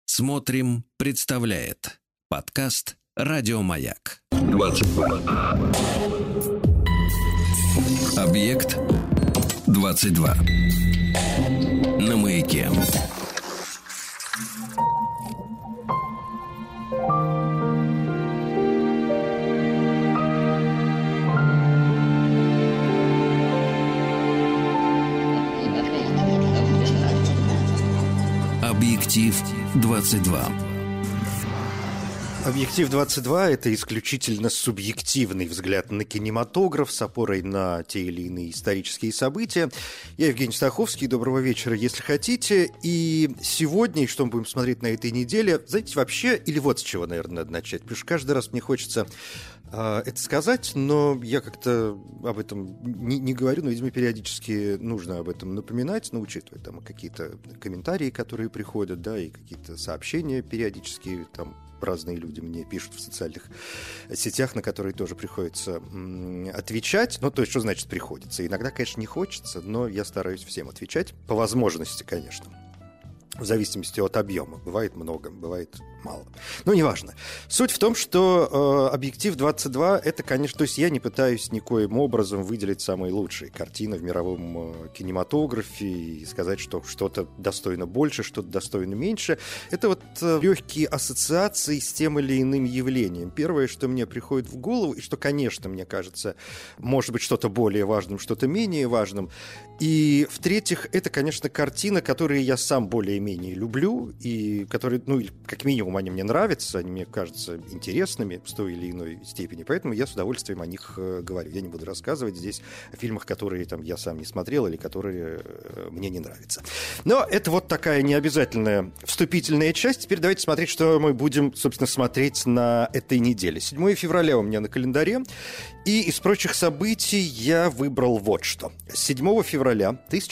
Смотрим, представляет подкаст «Радиомаяк». 22. Объект 22. На маяке. Объектив 22. Объектив 22 – это исключительно субъективный взгляд на кинематограф с опорой на те или иные исторические события. Я Евгений Стаховский. Доброго вечера, если хотите. И сегодня, что мы будем смотреть на этой неделе, знаете, вообще, или вот с чего, наверное, надо начать. Потому что каждый раз мне хочется это сказать, но я как-то об этом не говорю, но, видимо, периодически нужно об этом напоминать, но учитывая там какие-то комментарии, которые приходят, да, и какие-то сообщения периодически, там, разные люди мне пишут в социальных сетях, на которые тоже приходится отвечать. Ну, то есть, что значит приходится? Иногда, конечно, не хочется, но я стараюсь всем отвечать. По возможности, конечно. В зависимости от объема. Бывает много, бывает мало. Ну, неважно. Суть в том, что «Объектив 22» — это, конечно... То есть я не пытаюсь никоим образом выделить самые лучшие картины в мировом кинематографе и сказать, что что-то достойно больше, что-то достойно меньше. Это вот легкие ассоциации с тем или иным явлением. Первое, что мне приходит в голову, и что, конечно, мне кажется, может быть, что-то более важным, что-то менее важным. И, в-третьих, это, конечно, картина, которые я сам более-менее люблю, и которые, ну, как минимум, они мне нравятся, они мне кажутся интересными в той или иной степени, поэтому я с удовольствием о них говорю. Я не буду рассказывать здесь о фильмах, которые там я сам не смотрел или которые мне не нравятся. Но это вот такая необязательная вступительная часть. Теперь давайте смотреть, что мы будем, собственно, смотреть на этой неделе. 7 февраля у меня на календаре, и из прочих событий я выбрал вот что. 7 февраля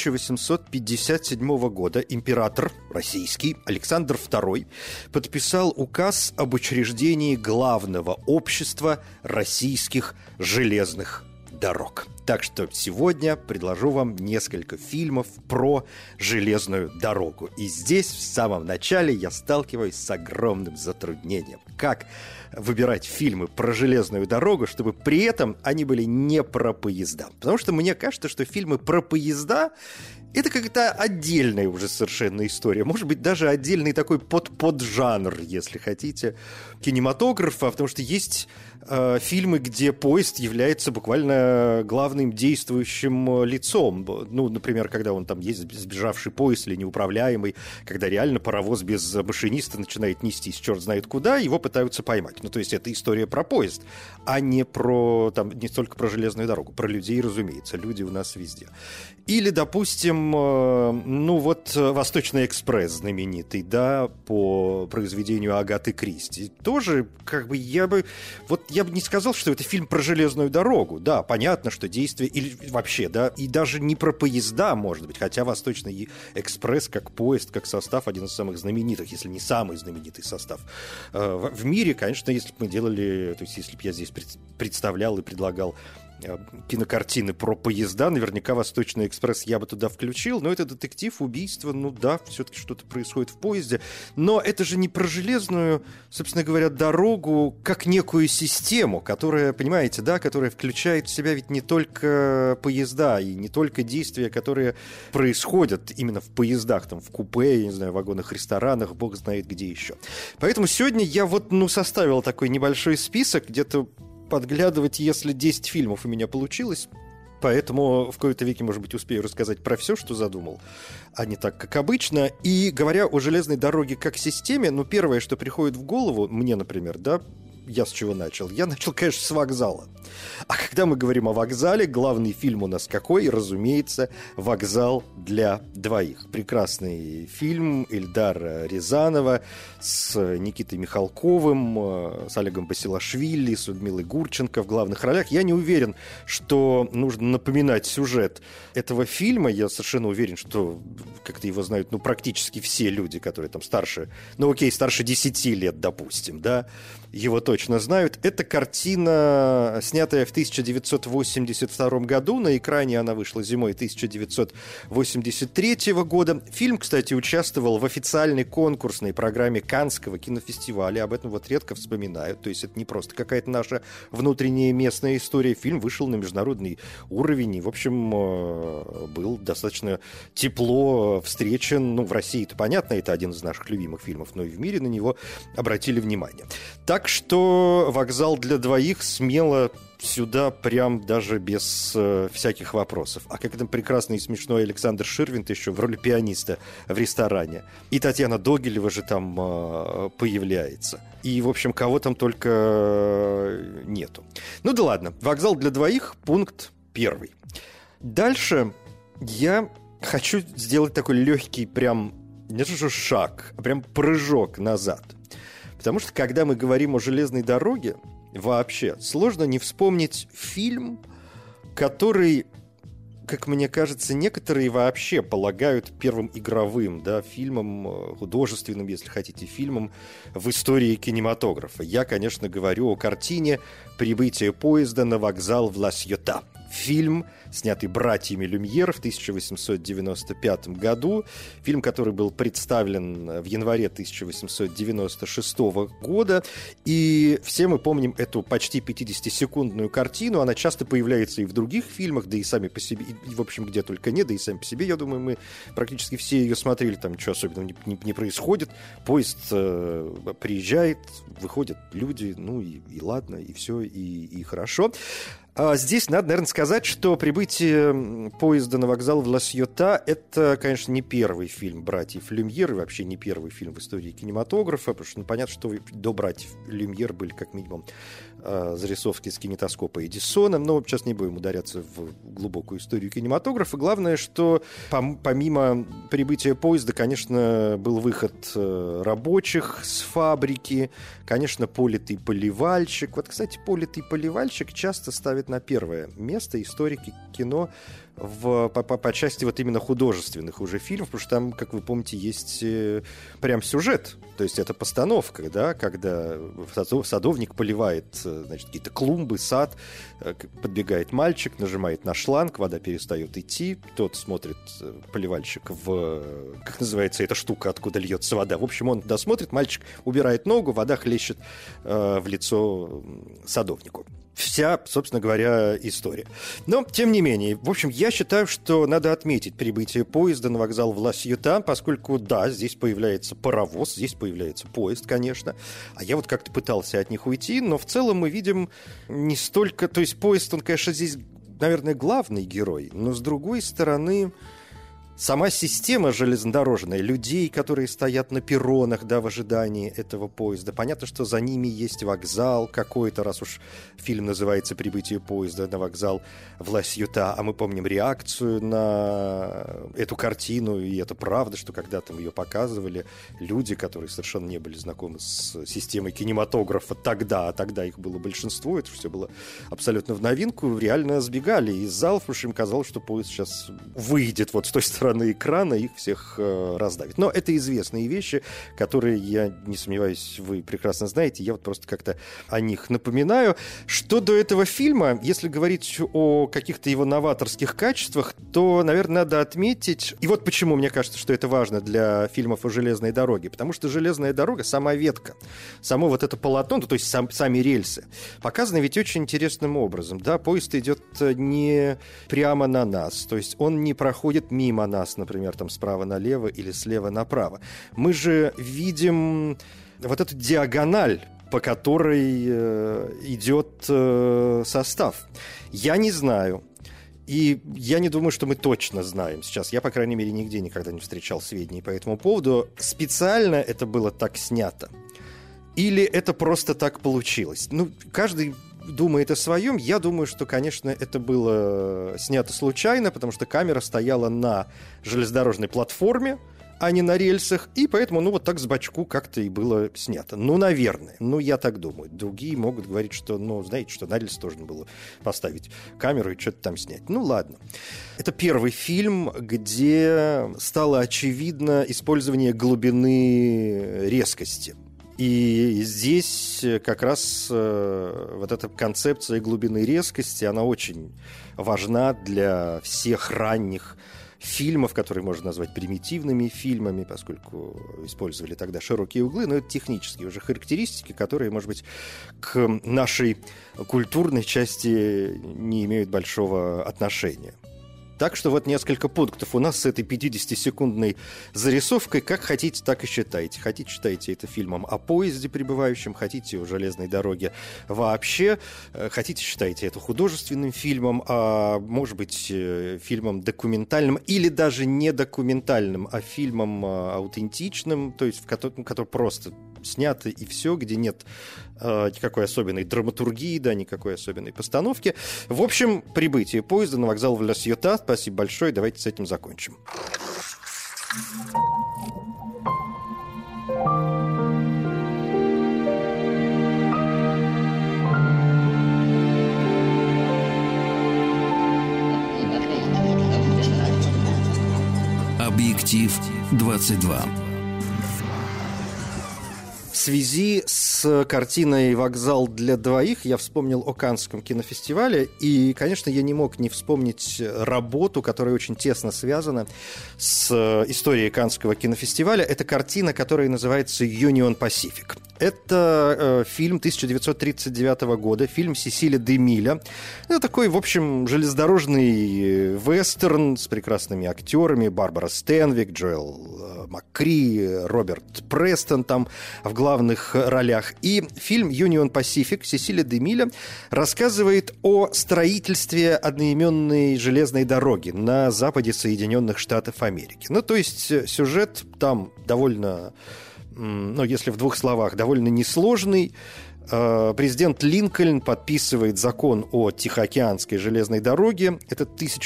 1857 года император российский Александр II подписал указ об учреждении главного общества российских железных дорог. Так что сегодня предложу вам несколько фильмов про железную дорогу. И здесь в самом начале я сталкиваюсь с огромным затруднением. Как выбирать фильмы про железную дорогу, чтобы при этом они были не про поезда? Потому что мне кажется, что фильмы про поезда — это как-то отдельная уже совершенно история. Может быть, даже отдельный такой поджанр, если хотите, кинематографа. Потому что есть фильмы, где поезд является буквально главным действующим лицом. Ну, например, когда он там есть сбежавший поезд или неуправляемый, когда реально паровоз без машиниста начинает нестись черт знает куда, его пытаются поймать. Ну, то есть это история про поезд, а не про, там, не столько про железную дорогу, про людей, разумеется. Люди у нас везде. Или, допустим, ну вот «Восточный экспресс» знаменитый, да, по произведению Агаты Кристи. Тоже, как бы, я бы не сказал, что это фильм про железную дорогу. Да, понятно, что действие, или вообще, да, и даже не про поезда, может быть, хотя «Восточный экспресс» как поезд, как состав, один из самых знаменитых, если не самый знаменитый состав в мире. Конечно, если бы мы делали, то есть если бы я здесь представлял и предлагал кинокартины про поезда, наверняка «Восточный экспресс» я бы туда включил, но это детектив, убийство, ну да, все-таки что-то происходит в поезде, но это же не про железную, собственно говоря, дорогу как некую систему, которая, понимаете, да, которая включает в себя ведь не только поезда и не только действия, которые происходят именно в поездах, там, в купе, я не знаю, в вагонах, ресторанах, бог знает где еще. Поэтому сегодня я вот, составил такой небольшой список, где-то подглядывать, если 10 фильмов у меня получилось. Поэтому в кои-то веки, может быть, успею рассказать про все, что задумал, а не так, как обычно. И говоря о железной дороге как системе, первое, что приходит в голову, мне, например, да, я с чего начал? Я начал, конечно, с вокзала. А когда мы говорим о вокзале, главный фильм у нас какой? Разумеется, «Вокзал для двоих». Прекрасный фильм Эльдара Рязанова с Никитой Михалковым, с Олегом Басилашвили, с Людмилой Гурченко в главных ролях. Я не уверен, что нужно напоминать сюжет этого фильма. Я совершенно уверен, что как-то его знают практически все люди, которые там старше, старше 10 лет, допустим, да. Его точно точно знают. Это картина, снятая в 1982 году. На экране она вышла зимой 1983 года. Фильм, кстати, участвовал в официальной конкурсной программе Каннского кинофестиваля. Об этом вот редко вспоминают. То есть это не просто какая-то наша внутренняя местная история. Фильм вышел на международный уровень и, в общем, был достаточно тепло встречен. Ну, в России-то понятно, это один из наших любимых фильмов, но и в мире на него обратили внимание. Так что «Вокзал для двоих» смело сюда прям даже без всяких вопросов. А как это прекрасно и смешно Александр Ширвинд еще в роли пианиста в ресторане. И Татьяна Догилева же там появляется. И, в общем, кого там только нету. Ну да ладно. «Вокзал для двоих» пункт 1. Дальше я хочу сделать такой легкий прям, не то что шаг, а прям прыжок назад. Потому что, когда мы говорим о железной дороге, вообще сложно не вспомнить фильм, который, как мне кажется, некоторые вообще полагают первым игровым, да, фильмом, художественным, если хотите, фильмом в истории кинематографа. Я, конечно, говорю о картине «Прибытие поезда на вокзал в Ла-Сьота». Фильм, снятый братьями Люмьер в 1895 году. Фильм, который был представлен в январе 1896 года. И все мы помним эту почти 50-секундную картину. Она часто появляется и в других фильмах, да и сами по себе, и в общем, где только не, да и сами по себе, я думаю, мы практически все ее смотрели. Там ничего особенного не происходит. Поезд приезжает, выходят люди, ну и ладно, и все, и хорошо. Здесь надо, наверное, сказать, что «Прибытие поезда на вокзал в Ла-Сьота» — это, конечно, не первый фильм братьев Люмьер, и вообще не первый фильм в истории кинематографа, потому что понятно, что до братьев Люмьер были как минимум зарисовки с кинетоскопа Эдисона, но сейчас не будем ударяться в глубокую историю кинематографа. Главное, что помимо «Прибытия поезда», конечно, был выход рабочих с фабрики, конечно, «Политый поливальщик». Вот, кстати, «Политый поливальщик» часто ставят на первое место историки кино по части вот именно художественных уже фильмов, потому что там, как вы помните, есть прям сюжет, то есть это постановка, да, когда садовник поливает, значит, какие-то клумбы, сад, подбегает мальчик, нажимает на шланг, вода перестает идти, тот смотрит, поливальщик, как называется эта штука, откуда льется вода. В общем, он досмотрит, мальчик убирает ногу, вода хлещет в лицо садовнику. Вся, собственно говоря, история. Но, тем не менее, в общем, я считаю, что надо отметить прибытие поезда на вокзал в Ла-Сьота, поскольку, да, здесь появляется паровоз, здесь появляется поезд, конечно. А я вот как-то пытался от них уйти, но в целом мы видим не столько... То есть поезд, он, конечно, здесь, наверное, главный герой, но, с другой стороны... Сама система железнодорожная, людей, которые стоят на перронах, да, в ожидании этого поезда. Понятно, что за ними есть вокзал какой-то, раз уж фильм называется «Прибытие поезда на вокзал в Ла-Сьота», а мы помним реакцию на эту картину, и это правда, что когда-то мы ее показывали, люди, которые совершенно не были знакомы с системой кинематографа тогда, а тогда их было большинство, это все было абсолютно в новинку, реально сбегали из залов, потому что им казалось, что поезд сейчас выйдет вот с той стороны экрана, их всех раздавит. Но это известные вещи, которые, я не сомневаюсь, вы прекрасно знаете. Я вот просто как-то о них напоминаю. Что до этого фильма, если говорить о каких-то его новаторских качествах, то, наверное, надо отметить... И вот почему мне кажется, что это важно для фильмов о железной дороге. Потому что железная дорога, сама ветка, само вот это полотно, то есть сами рельсы, показаны ведь очень интересным образом. Да? Поезд идет не прямо на нас, то есть он не проходит мимо нас, например, там справа налево или слева направо. Мы же видим вот эту диагональ, по которой идет состав. Я не знаю. И я не думаю, что мы точно знаем сейчас. Я, по крайней мере, нигде никогда не встречал сведений по этому поводу. Специально это было так снято? Или это просто так получилось? Ну, каждый думает о своем. Я думаю, что, конечно, это было снято случайно, потому что камера стояла на железнодорожной платформе, а не на рельсах, и поэтому, ну, вот так с бочку как-то и было снято. Ну, наверное. Ну, я так думаю. Другие могут говорить, что, ну, знаете, что на рельсы тоже было поставить камеру и что-то там снять. Ну, ладно. Это первый фильм, где стало очевидно использование глубины резкости. И здесь как раз вот эта концепция глубины и резкости, она очень важна для всех ранних фильмов, которые можно назвать примитивными фильмами, поскольку использовали тогда широкие углы, но это технические уже характеристики, которые, может быть, к нашей культурной части не имеют большого отношения. Так что вот несколько пунктов у нас с этой 50-секундной зарисовкой. Как хотите, так и считайте. Хотите, считайте это фильмом о поезде прибывающем, хотите о железной дороге вообще, хотите, считайте это художественным фильмом, а может быть, фильмом документальным или даже не документальным, а фильмом аутентичным, то есть который просто снято и все, где нет никакой особенной драматургии, да, никакой особенной постановки. В общем, прибытие поезда на вокзал в Ля Сьота. Спасибо большое. Давайте с этим закончим. Объектив 22. В связи с картиной «Вокзал для двоих» я вспомнил о Каннском кинофестивале, и, конечно, я не мог не вспомнить работу, которая очень тесно связана с историей Каннского кинофестиваля. Это картина, которая называется «Union Pacific». Это фильм 1939 года, фильм Сесиля де Милля. Это такой, в общем, железнодорожный вестерн с прекрасными актерами. Барбара Стэнвик, Джоэл Маккри, Роберт Престон там в главных ролях. И фильм «Union Pacific» Сесиля де Милля рассказывает о строительстве одноименной железной дороги на западе Соединенных Штатов Америки. Ну, то есть сюжет там довольно... Ну, если в двух словах, довольно несложный. Президент Линкольн подписывает закон о Тихоокеанской железной дороге. Это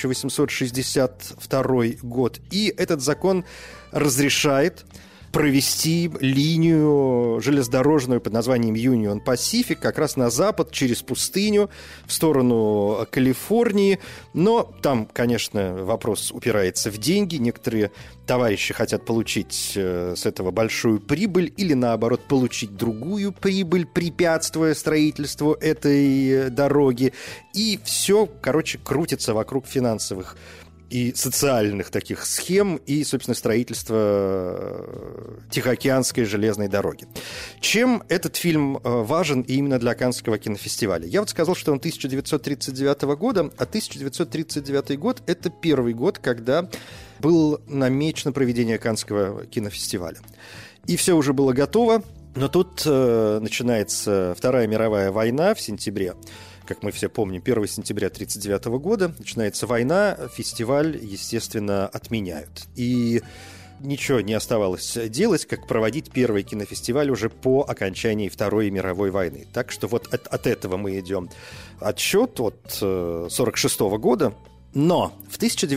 1862 год. И этот закон разрешает провести линию железнодорожную под названием Union Pacific как раз на запад, через пустыню, в сторону Калифорнии. Но там, конечно, вопрос упирается в деньги. Некоторые товарищи хотят получить с этого большую прибыль или, наоборот, получить другую прибыль, препятствуя строительству этой дороги. И все, короче, крутится вокруг финансовых и социальных таких схем и, собственно, строительства Тихоокеанской железной дороги. Чем этот фильм важен именно для Каннского кинофестиваля? Я вот сказал, что он 1939 года, а 1939 год – это первый год, когда было намечено проведение Каннского кинофестиваля. И все уже было готово, но тут начинается Вторая мировая война в сентябре. Как мы все помним, 1 сентября 1939 года начинается война, фестиваль, естественно, отменяют. И ничего не оставалось делать, как проводить первый кинофестиваль уже по окончании Второй мировой войны. Так что вот от этого мы идем отсчет от 1946 года. Но в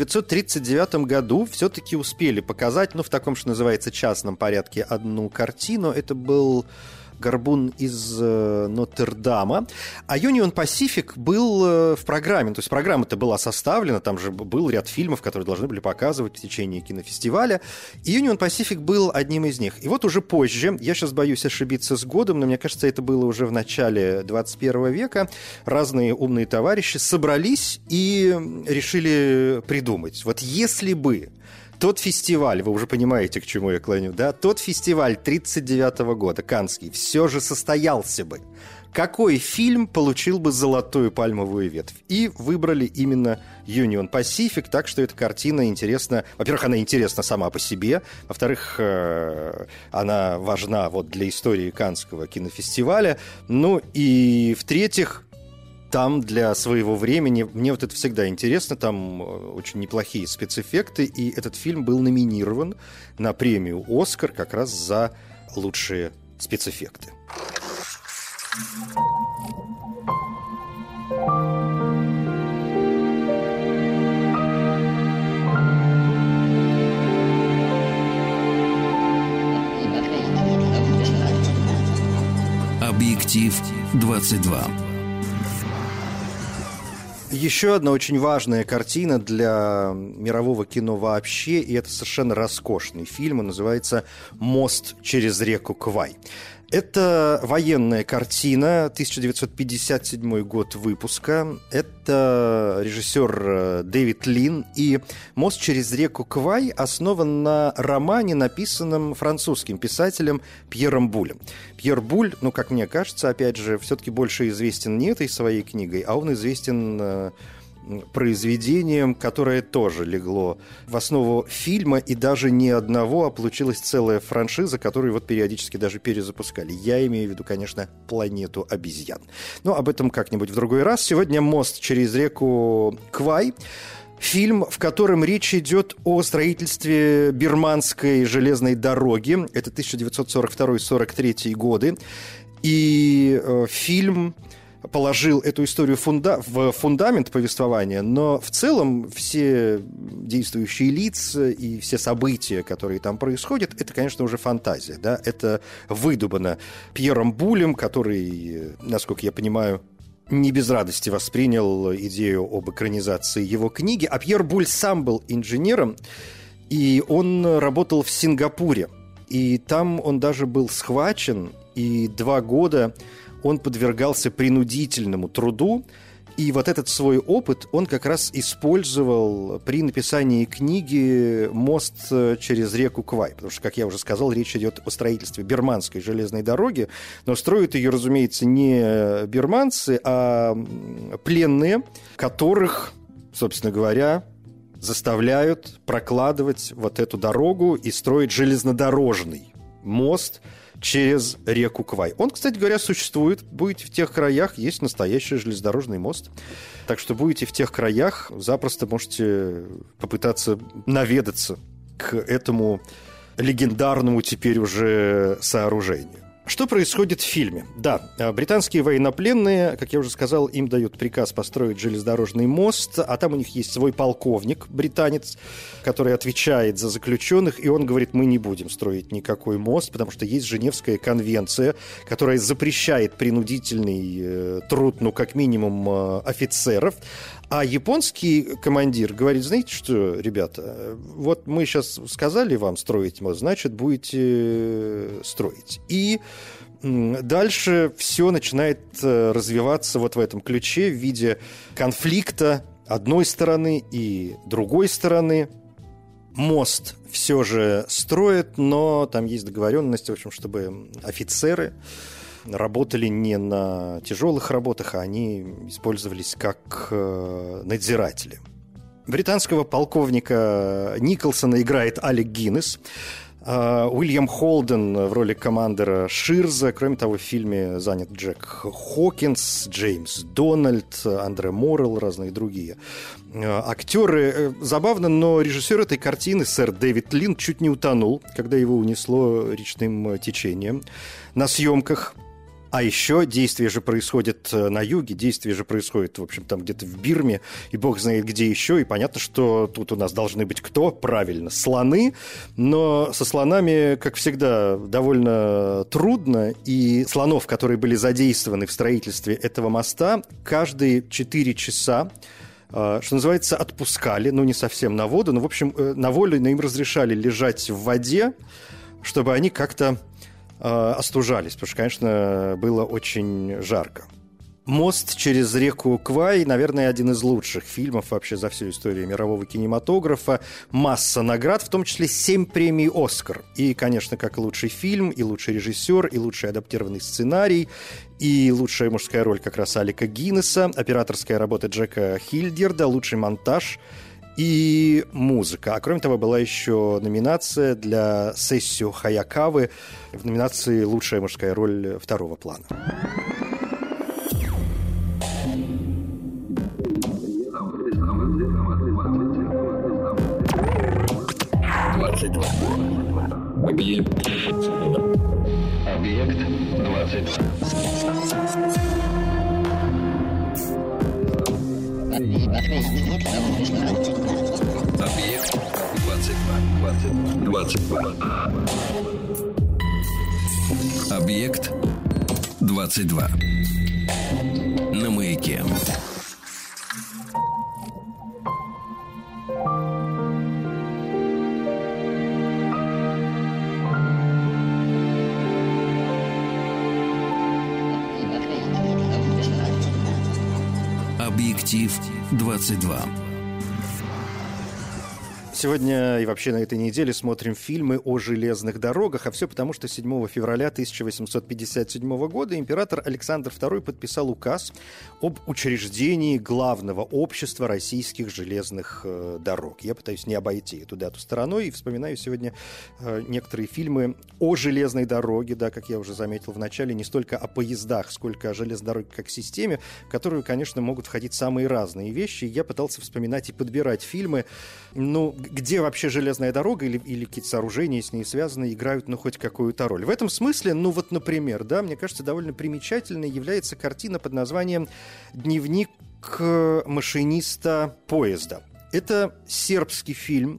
1939 году все-таки успели показать, ну, в таком, что называется, частном порядке, одну картину. Это был «Горбун из Нотр-Дама». А «Union Pacific» был в программе. То есть программа-то была составлена, там же был ряд фильмов, которые должны были показывать в течение кинофестиваля. И «Union Pacific» был одним из них. И вот уже позже, я сейчас боюсь ошибиться с годом, но мне кажется, это было уже в начале 21 века, разные умные товарищи собрались и решили придумать. Вот если бы тот фестиваль, вы уже понимаете, к чему я клоню, да? Тот фестиваль 1939 года, Каннский, все же состоялся бы. Какой фильм получил бы золотую пальмовую ветвь? И выбрали именно Union Pacific, так что эта картина интересна. Во-первых, она интересна сама по себе. Во-вторых, она важна вот для истории Каннского кинофестиваля. Ну и в-третьих, там для своего времени, мне вот это всегда интересно, там очень неплохие спецэффекты, и этот фильм был номинирован на премию «Оскар» как раз за лучшие спецэффекты. Объектив 22. Еще одна очень важная картина для мирового кино вообще, и это совершенно роскошный фильм, он называется «Мост через реку Квай». Это военная картина, 1957 год выпуска. Это режиссер Дэвид Лин. И «Мост через реку Квай» основан на романе, написанном французским писателем Пьером Булем. Пьер Буль, как мне кажется, опять же, все-таки больше известен не этой своей книгой, а он известен произведением, которое тоже легло в основу фильма, и даже не одного, а получилась целая франшиза, которую периодически даже перезапускали. Я имею в виду, конечно, «Планету обезьян». Но об этом как-нибудь в другой раз. Сегодня «Мост через реку Квай». Фильм, в котором речь идет о строительстве Бирманской железной дороги. Это 1942-43 годы. И фильм положил эту историю в фундамент повествования, но в целом все действующие лица и все события, которые там происходят, это, конечно, уже фантазия. Да? Это выдумано Пьером Булем, который, насколько я понимаю, не без радости воспринял идею об экранизации его книги. А Пьер Буль сам был инженером, и он работал в Сингапуре. И там он даже был схвачен, и 2 года он подвергался принудительному труду, и этот свой опыт он как раз использовал при написании книги «Мост через реку Квай», потому что, как я уже сказал, речь идет о строительстве Бирманской железной дороги, но строят ее, разумеется, не бирманцы, а пленные, которых, собственно говоря, заставляют прокладывать эту дорогу и строить железнодорожный мост через реку Квай. Он, кстати говоря, существует. Будете в тех краях, есть настоящий железнодорожный мост. Так что будете в тех краях, запросто можете попытаться наведаться к этому легендарному теперь уже сооружению. Что происходит в фильме? Да, британские военнопленные, как я уже сказал, им дают приказ построить железнодорожный мост, а там у них есть свой полковник, британец, который отвечает за заключенных, и он говорит: мы не будем строить никакой мост, потому что есть Женевская конвенция, которая запрещает принудительный труд, как минимум, офицеров. А японский командир говорит: знаете что, ребята, мы сейчас сказали вам строить мост, значит, будете строить. И дальше все начинает развиваться в этом ключе в виде конфликта одной стороны и другой стороны. Мост все же строят, но там есть договоренность, в общем, чтобы офицеры работали не на тяжелых работах, а они использовались как надзиратели. Британского полковника Николсона играет Алек Гиннес. Уильям Холден в роли командира Ширза. Кроме того, в фильме занят Джек Хокинс, Джеймс Дональд, Андре Моррелл, разные другие актеры. Забавно, но режиссер этой картины, сэр Дэвид Лин, чуть не утонул, когда его унесло речным течением на съемках. А еще действие же происходит на юге, действие же происходит, в общем, там где-то в Бирме, и бог знает где еще, и понятно, что тут у нас должны быть кто? Правильно, слоны, но со слонами, как всегда, довольно трудно, и слонов, которые были задействованы в строительстве этого моста, каждые 4 часа, что называется, отпускали, не совсем на воду, но, в общем, на волю им разрешали лежать в воде, чтобы они как-то остужались, потому что, конечно, было очень жарко. «Мост через реку Квай», наверное, один из лучших фильмов вообще за всю историю мирового кинематографа. Масса наград, в том числе 7 премий «Оскар». И, конечно, как лучший фильм, и лучший режиссер, и лучший адаптированный сценарий, и лучшая мужская роль как раз Алека Гиннеса, операторская работа Джека Хильдерда, лучший монтаж и музыка. А кроме того, была еще номинация для Сэсю Хаякавы в номинации «Лучшая мужская роль второго плана». Объект 22. Объект 22. На маяке. Объектив 22. Сегодня и вообще на этой неделе смотрим фильмы о железных дорогах, а все потому, что 7 февраля 1857 года император Александр II подписал указ об учреждении главного общества российских железных дорог. Я пытаюсь не обойти эту дату стороной и вспоминаю сегодня некоторые фильмы о железной дороге, да, как я уже заметил в начале, не столько о поездах, сколько о железной дороге как системе, в которую, конечно, могут входить самые разные вещи. Я пытался вспоминать и подбирать фильмы, где вообще железная дорога или какие-то сооружения с ней связаны, играют, хоть какую-то роль. В этом смысле, например, да, мне кажется, довольно примечательной является картина под названием «Дневник машиниста поезда». Это сербский фильм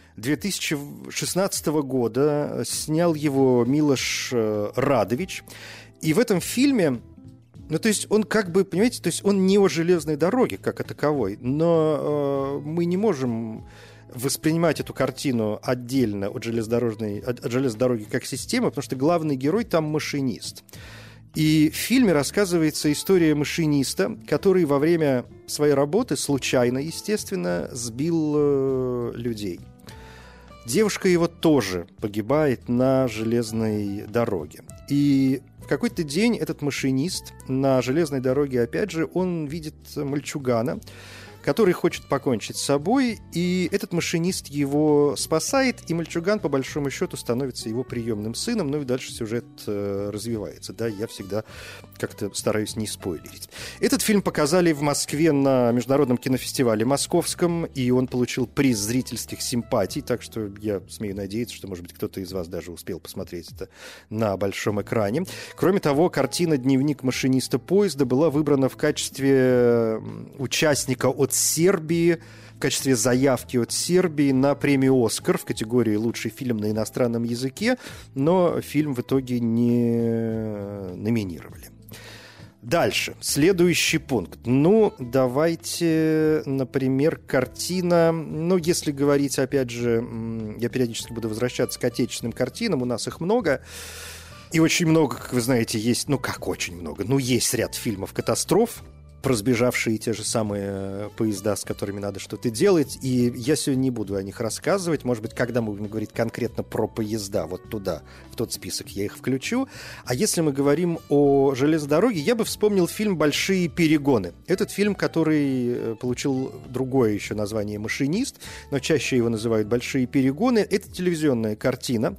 2016 года. Снял его Милош Радович. И в этом фильме... то есть он понимаете, то есть он не о железной дороге, как о таковой, но мы не можем воспринимать эту картину отдельно от железнодорожной, от железной дороги как системы, потому что главный герой там машинист. И в фильме рассказывается история машиниста, который во время своей работы случайно, естественно, сбил людей. Девушка его тоже погибает на железной дороге. И в какой-то день этот машинист на железной дороге, опять же, он видит мальчугана, который хочет покончить с собой, и этот машинист его спасает, и мальчуган, по большому счету, становится его приемным сыном, и дальше сюжет развивается. Да, я всегда как-то стараюсь не спойлерить. Этот фильм показали в Москве на Международном кинофестивале Московском, и он получил приз зрительских симпатий, так что я смею надеяться, что, может быть, кто-то из вас даже успел посмотреть это на большом экране. Кроме того, картина «Дневник машиниста поезда» была выбрана в качестве участника от Сербии, в качестве заявки от Сербии на премию «Оскар» в категории «Лучший фильм на иностранном языке», но фильм в итоге не номинировали. Дальше. Следующий пункт. Давайте, например, картина... если говорить, опять же, я периодически буду возвращаться к отечественным картинам, у нас их много. И очень много, как вы знаете, есть... очень много? Есть ряд фильмов-катастроф, про сбежавшие те же самые поезда, с которыми надо что-то делать. И я сегодня не буду о них рассказывать. Может быть, когда мы будем говорить конкретно про поезда, вот туда, в тот список я их включу. А если мы говорим о железной дороге, я бы вспомнил фильм «Большие перегоны». Этот фильм, который получил другое еще название «Машинист», но чаще его называют «Большие перегоны». Это телевизионная картина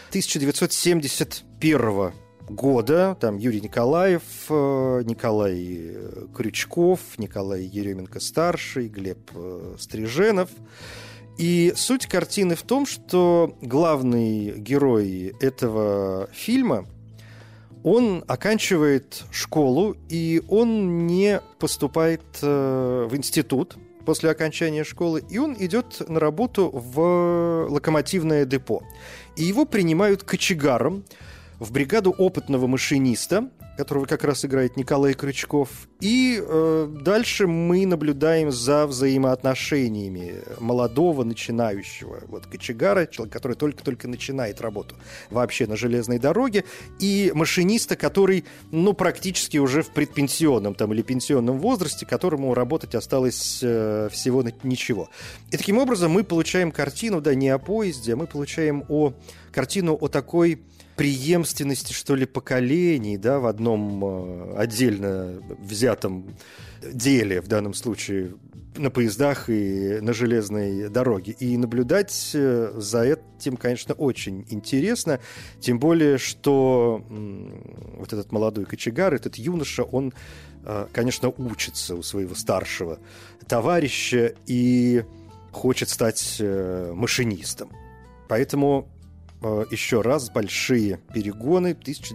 1971 года. Там Юрий Николаев, Николай Крючков, Николай Еременко-старший, Глеб Стриженов. И суть картины в том, что главный герой этого фильма, он оканчивает школу, и он не поступает в институт после окончания школы, и он идет на работу в локомотивное депо. И его принимают кочегаром в бригаду опытного машиниста, которого как раз играет Николай Крючков. И дальше мы наблюдаем за взаимоотношениями молодого начинающего кочегара, человека, который только-только начинает работу вообще на железной дороге, и машиниста, который, практически уже в предпенсионном или пенсионном возрасте, которому работать осталось всего ничего. И таким образом мы получаем картину, не о поезде, а мы получаем картину о такой преемственности, что ли, поколений, в одном отдельно взятом деле, в данном случае на поездах и на железной дороге. И наблюдать за этим, конечно, очень интересно, тем более, что вот этот молодой кочегар, этот юноша, он, конечно, учится у своего старшего товарища и хочет стать машинистом. Поэтому еще раз «Большие перегоны»,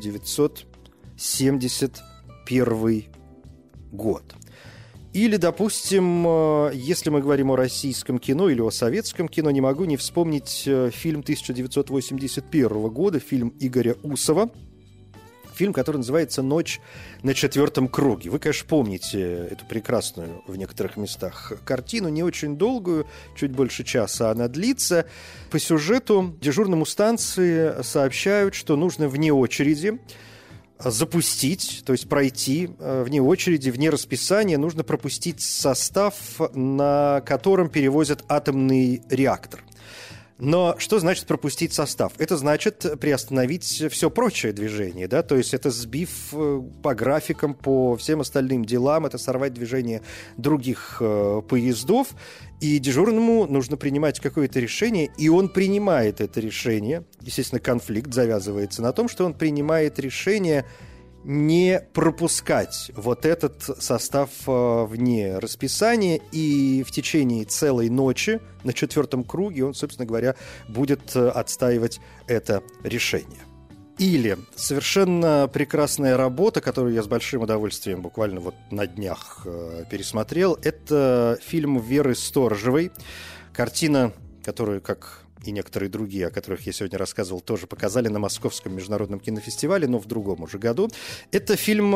1971 год. Или, допустим, если мы говорим о российском кино или о советском кино, не могу не вспомнить фильм 1981 года, фильм Игоря Усова, фильм, который называется «Ночь на четвертом круге». Вы, конечно, помните эту прекрасную в некоторых местах картину, не очень долгую, чуть больше часа она длится. По сюжету дежурному станции сообщают, что нужно вне очереди запустить, то есть пройти вне очереди, вне расписания, нужно пропустить состав, на котором перевозят атомный реактор. Но что значит пропустить состав? Это значит приостановить все прочее движение, да, то есть это сбив по графикам, по всем остальным делам, это сорвать движение других поездов, и дежурному нужно принимать какое-то решение, и он принимает это решение. Естественно, конфликт завязывается на том, что он принимает решение не пропускать вот этот состав вне расписания, и в течение целой ночи на 4-м круге он, собственно говоря, будет отстаивать это решение. Или совершенно прекрасная работа, которую я с большим удовольствием буквально вот на днях пересмотрел, это фильм Веры Сторожевой. Картина, которую, как и некоторые другие, о которых я сегодня рассказывал, тоже показали на Московском международном кинофестивале, но в другом уже году. Это фильм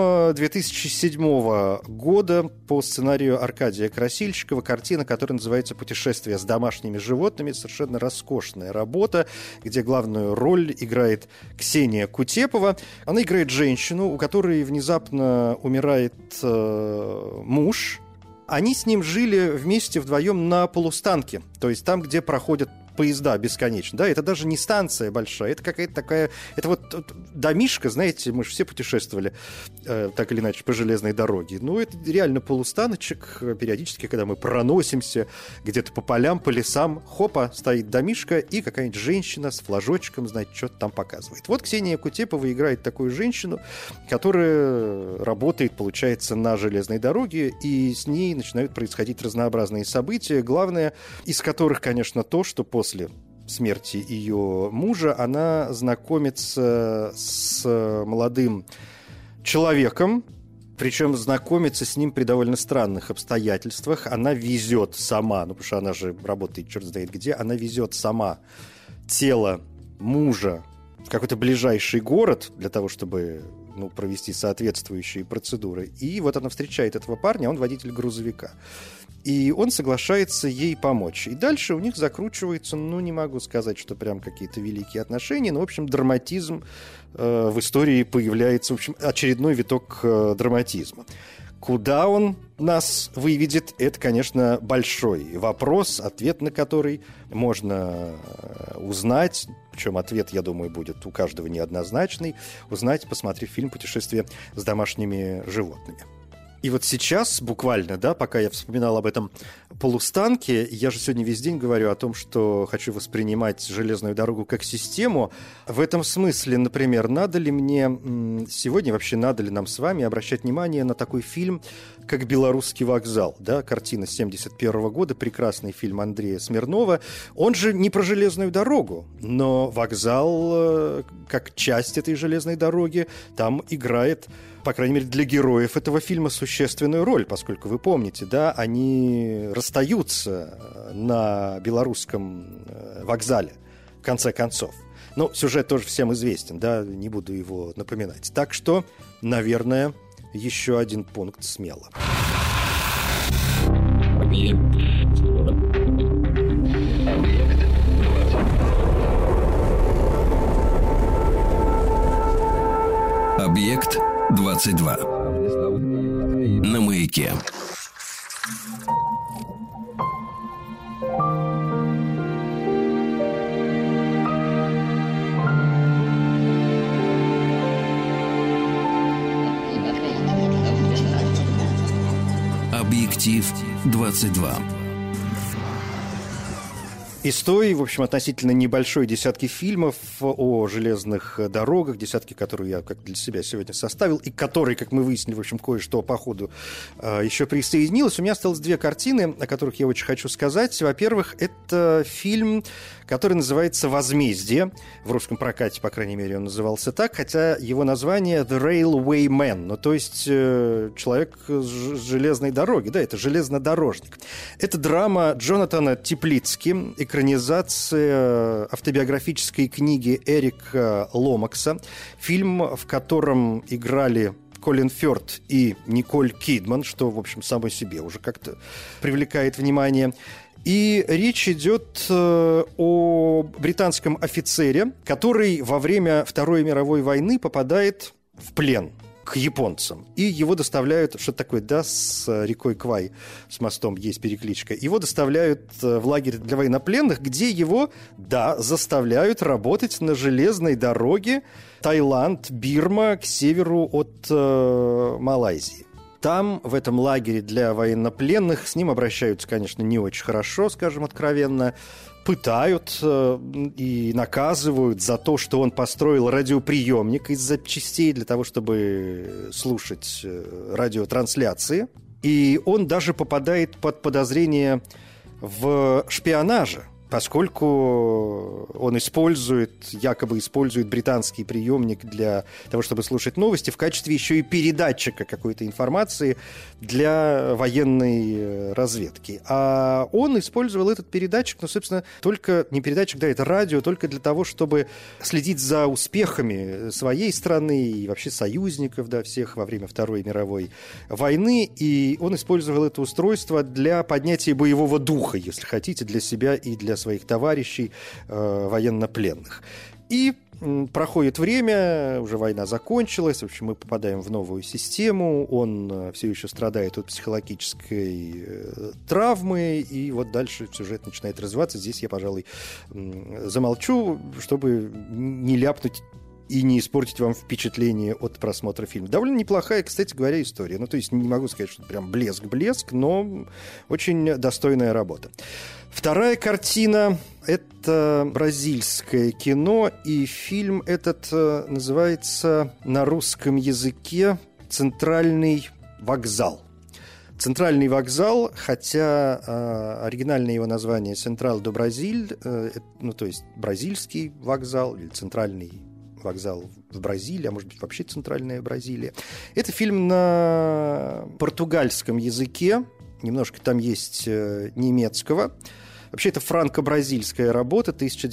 2007 года по сценарию Аркадия Красильщикова. Картина, которая называется «Путешествие с домашними животными». Совершенно роскошная работа, где главную роль играет Ксения Кутепова. Она играет женщину, у которой внезапно умирает муж. Они с ним жили вместе вдвоем на полустанке, то есть там, где проходят поезда бесконечно, да, это даже не станция большая, это какая-то такая, это вот домишко, знаете, мы же все путешествовали так или иначе по железной дороге, ну, это реально полустаночек, периодически, когда мы проносимся где-то по полям, по лесам, хопа, стоит домишко, и какая-нибудь женщина с флажочком, знаете, что-то там показывает. Вот Ксения Кутепова играет такую женщину, которая работает, получается, на железной дороге, и с ней начинают происходить разнообразные события, главное из которых, конечно, то, что после смерти ее мужа она знакомится с молодым человеком, причем знакомится с ним при довольно странных обстоятельствах. Она везет сама, ну потому что она же работает черт знает где, она везет сама тело мужа в какой-то ближайший город для того, чтобы провести соответствующие процедуры. И вот она встречает этого парня, он водитель грузовика. И он соглашается ей помочь. И дальше у них закручивается, не могу сказать, что прям какие-то великие отношения, но, в общем, драматизм в истории появляется, в общем, очередной виток драматизма. Куда он нас выведет, это, конечно, большой вопрос, ответ на который можно узнать, причем ответ, я думаю, будет у каждого неоднозначный, узнать, посмотрев фильм «Путешествие с домашними животными». И вот сейчас, буквально, да, пока я вспоминал об этом полустанке, я же сегодня весь день говорю о том, что хочу воспринимать железную дорогу как систему. В этом смысле, например, надо ли мне сегодня, вообще надо ли нам с вами обращать внимание на такой фильм, как «Белорусский вокзал», да, картина 1971 года, прекрасный фильм Андрея Смирнова. Он же не про железную дорогу, но вокзал, как часть этой железной дороги, там играет, по крайней мере, для героев этого фильма существенную роль, поскольку вы помните, да, они расстаются на белорусском вокзале в конце концов. Ну, сюжет тоже всем известен, да, не буду его напоминать. Так что, наверное, еще один пункт смело. Объект 22. На маяке. Объектив 22. Из той, в общем, относительно небольшой десятки фильмов о железных дорогах, десятки, которые я как для себя сегодня составил, и которые, как мы выяснили, в общем, кое-что по ходу еще присоединилось. У меня осталось две картины, о которых я очень хочу сказать. Во-первых, это фильм, который называется «Возмездие». В русском прокате, по крайней мере, он назывался так, хотя его название «The Railway Man», ну, то есть человек с железной дороги, да, это железнодорожник. Это драма Джонатана Теплицки, экранизация автобиографической книги Эрика Ломакса, фильм, в котором играли Колин Фёрд и Николь Кидман, что, в общем, само себе уже как-то привлекает внимание. И речь идет о британском офицере, который во время Второй мировой войны попадает в плен к японцам. И его доставляют, что такое, да, с рекой Квай, с мостом есть перекличка, его доставляют в лагерь для военнопленных, где его, да, заставляют работать на железной дороге Таиланд, Бирма к северу от Малайзии. Там, в этом лагере для военнопленных, с ним обращаются, конечно, не очень хорошо, скажем откровенно, пытают и наказывают за то, что он построил радиоприемник из запчастей для того, чтобы слушать радиотрансляции. И он даже попадает под подозрение в шпионаже, поскольку он якобы использует британский приемник для того, чтобы слушать новости, в качестве еще и передатчика какой-то информации для военной разведки. А он использовал этот передатчик, собственно, только не передатчик, да, это радио, только для того, чтобы следить за успехами своей страны и вообще союзников, да, всех во время Второй мировой войны. И он использовал это устройство для поднятия боевого духа, если хотите, для себя и для своих товарищей военнопленных. И проходит время, уже война закончилась, в общем, мы попадаем в новую систему, он все еще страдает от психологической травмы, и вот дальше сюжет начинает развиваться. Здесь я, пожалуй, замолчу, чтобы не ляпнуть и не испортить вам впечатление от просмотра фильма. Довольно неплохая, кстати говоря, история. То есть не могу сказать, что прям блеск-блеск, но очень достойная работа. Вторая картина – это бразильское кино, и фильм этот называется на русском языке «Центральный вокзал». «Центральный вокзал», хотя оригинальное его название «Central do Brasil», то есть бразильский вокзал или центральный вокзал в Бразилии, а может быть вообще центральная Бразилия. Это фильм на португальском языке, немножко там есть немецкого. Вообще это франко-бразильская работа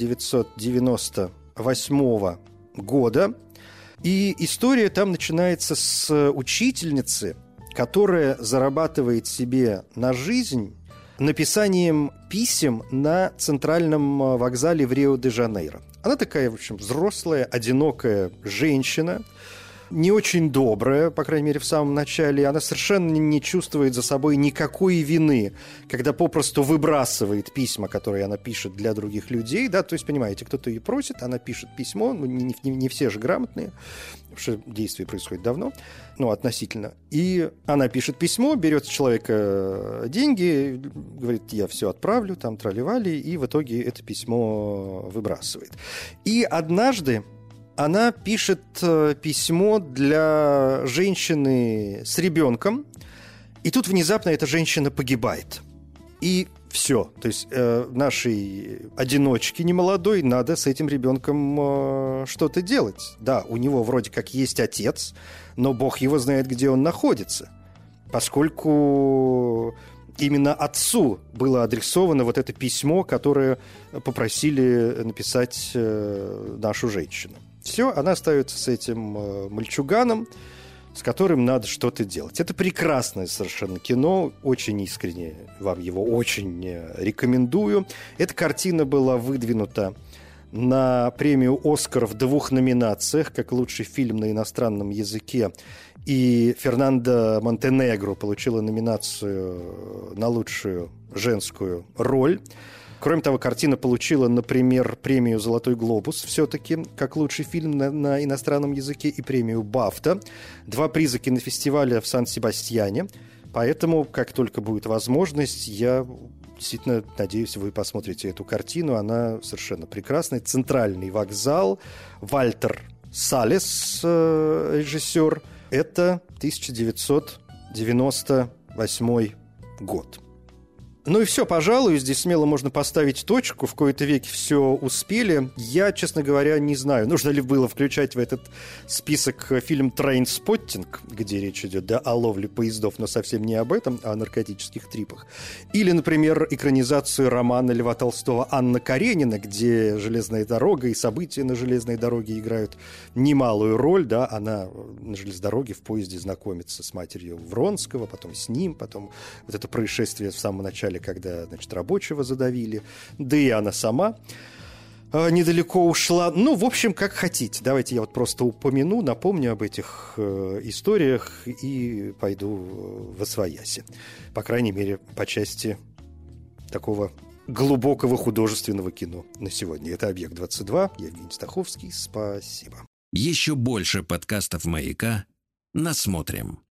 1998 года. И история там начинается с учительницы, которая зарабатывает себе на жизнь написанием писем на центральном вокзале в Рио-де-Жанейро. Она такая, в общем, взрослая, одинокая женщина, не очень добрая, по крайней мере, в самом начале. Она совершенно не чувствует за собой никакой вины, когда попросту выбрасывает письма, которые она пишет для других людей. Да? То есть, понимаете, кто-то ее просит, она пишет письмо, не все же грамотные, потому что действие происходит давно, относительно. И она пишет письмо, берет с человека деньги, говорит, я все отправлю, там трали-вали, и в итоге это письмо выбрасывает. И однажды она пишет письмо для женщины с ребенком, и тут внезапно эта женщина погибает. И все. То есть нашей одиночке немолодой надо с этим ребенком что-то делать. Да, у него вроде как есть отец, но Бог его знает, где он находится. Поскольку именно отцу было адресовано вот это письмо, которое попросили написать нашу женщину. Все, она остается с этим мальчуганом, с которым надо что-то делать. Это прекрасное совершенно кино, очень искренне вам его очень рекомендую. Эта картина была выдвинута на премию «Оскар» в 2 номинациях, как лучший фильм на иностранном языке. И Фернанда Монтенегро получила номинацию на лучшую женскую роль. Кроме того, картина получила, например, премию «Золотой глобус» все-таки, как лучший фильм на иностранном языке, и премию «Бафта». 2 приза кинофестиваля в Сан-Себастьяне. Поэтому, как только будет возможность, я действительно надеюсь, вы посмотрите эту картину. Она совершенно прекрасная. «Центральный вокзал». Вальтер Салес, режиссер. Это 1998 год. Ну и все, пожалуй, здесь смело можно поставить точку, в кои-то веки все успели. Я, честно говоря, не знаю, нужно ли было включать в этот список фильм «Трейнспоттинг», где речь идет, да, о ловле поездов, но совсем не об этом, а о наркотических трипах. Или, например, экранизацию романа Льва Толстого «Анна Каренина», где железная дорога и события на железной дороге играют немалую роль, да, она на железной дороге в поезде знакомится с матерью Вронского, потом с ним, потом вот это происшествие в самом начале, когда, значит, рабочего задавили, да и она сама. недалеко ушла. Ну, в общем, как хотите. Давайте я вот просто упомяну, напомню об этих историях и пойду восвояси. По крайней мере, по части такого глубокого художественного кино на сегодня. Это «Объект-22». Я Евгений Стаховский. Спасибо. Еще больше подкастов «Маяка» насмотрим.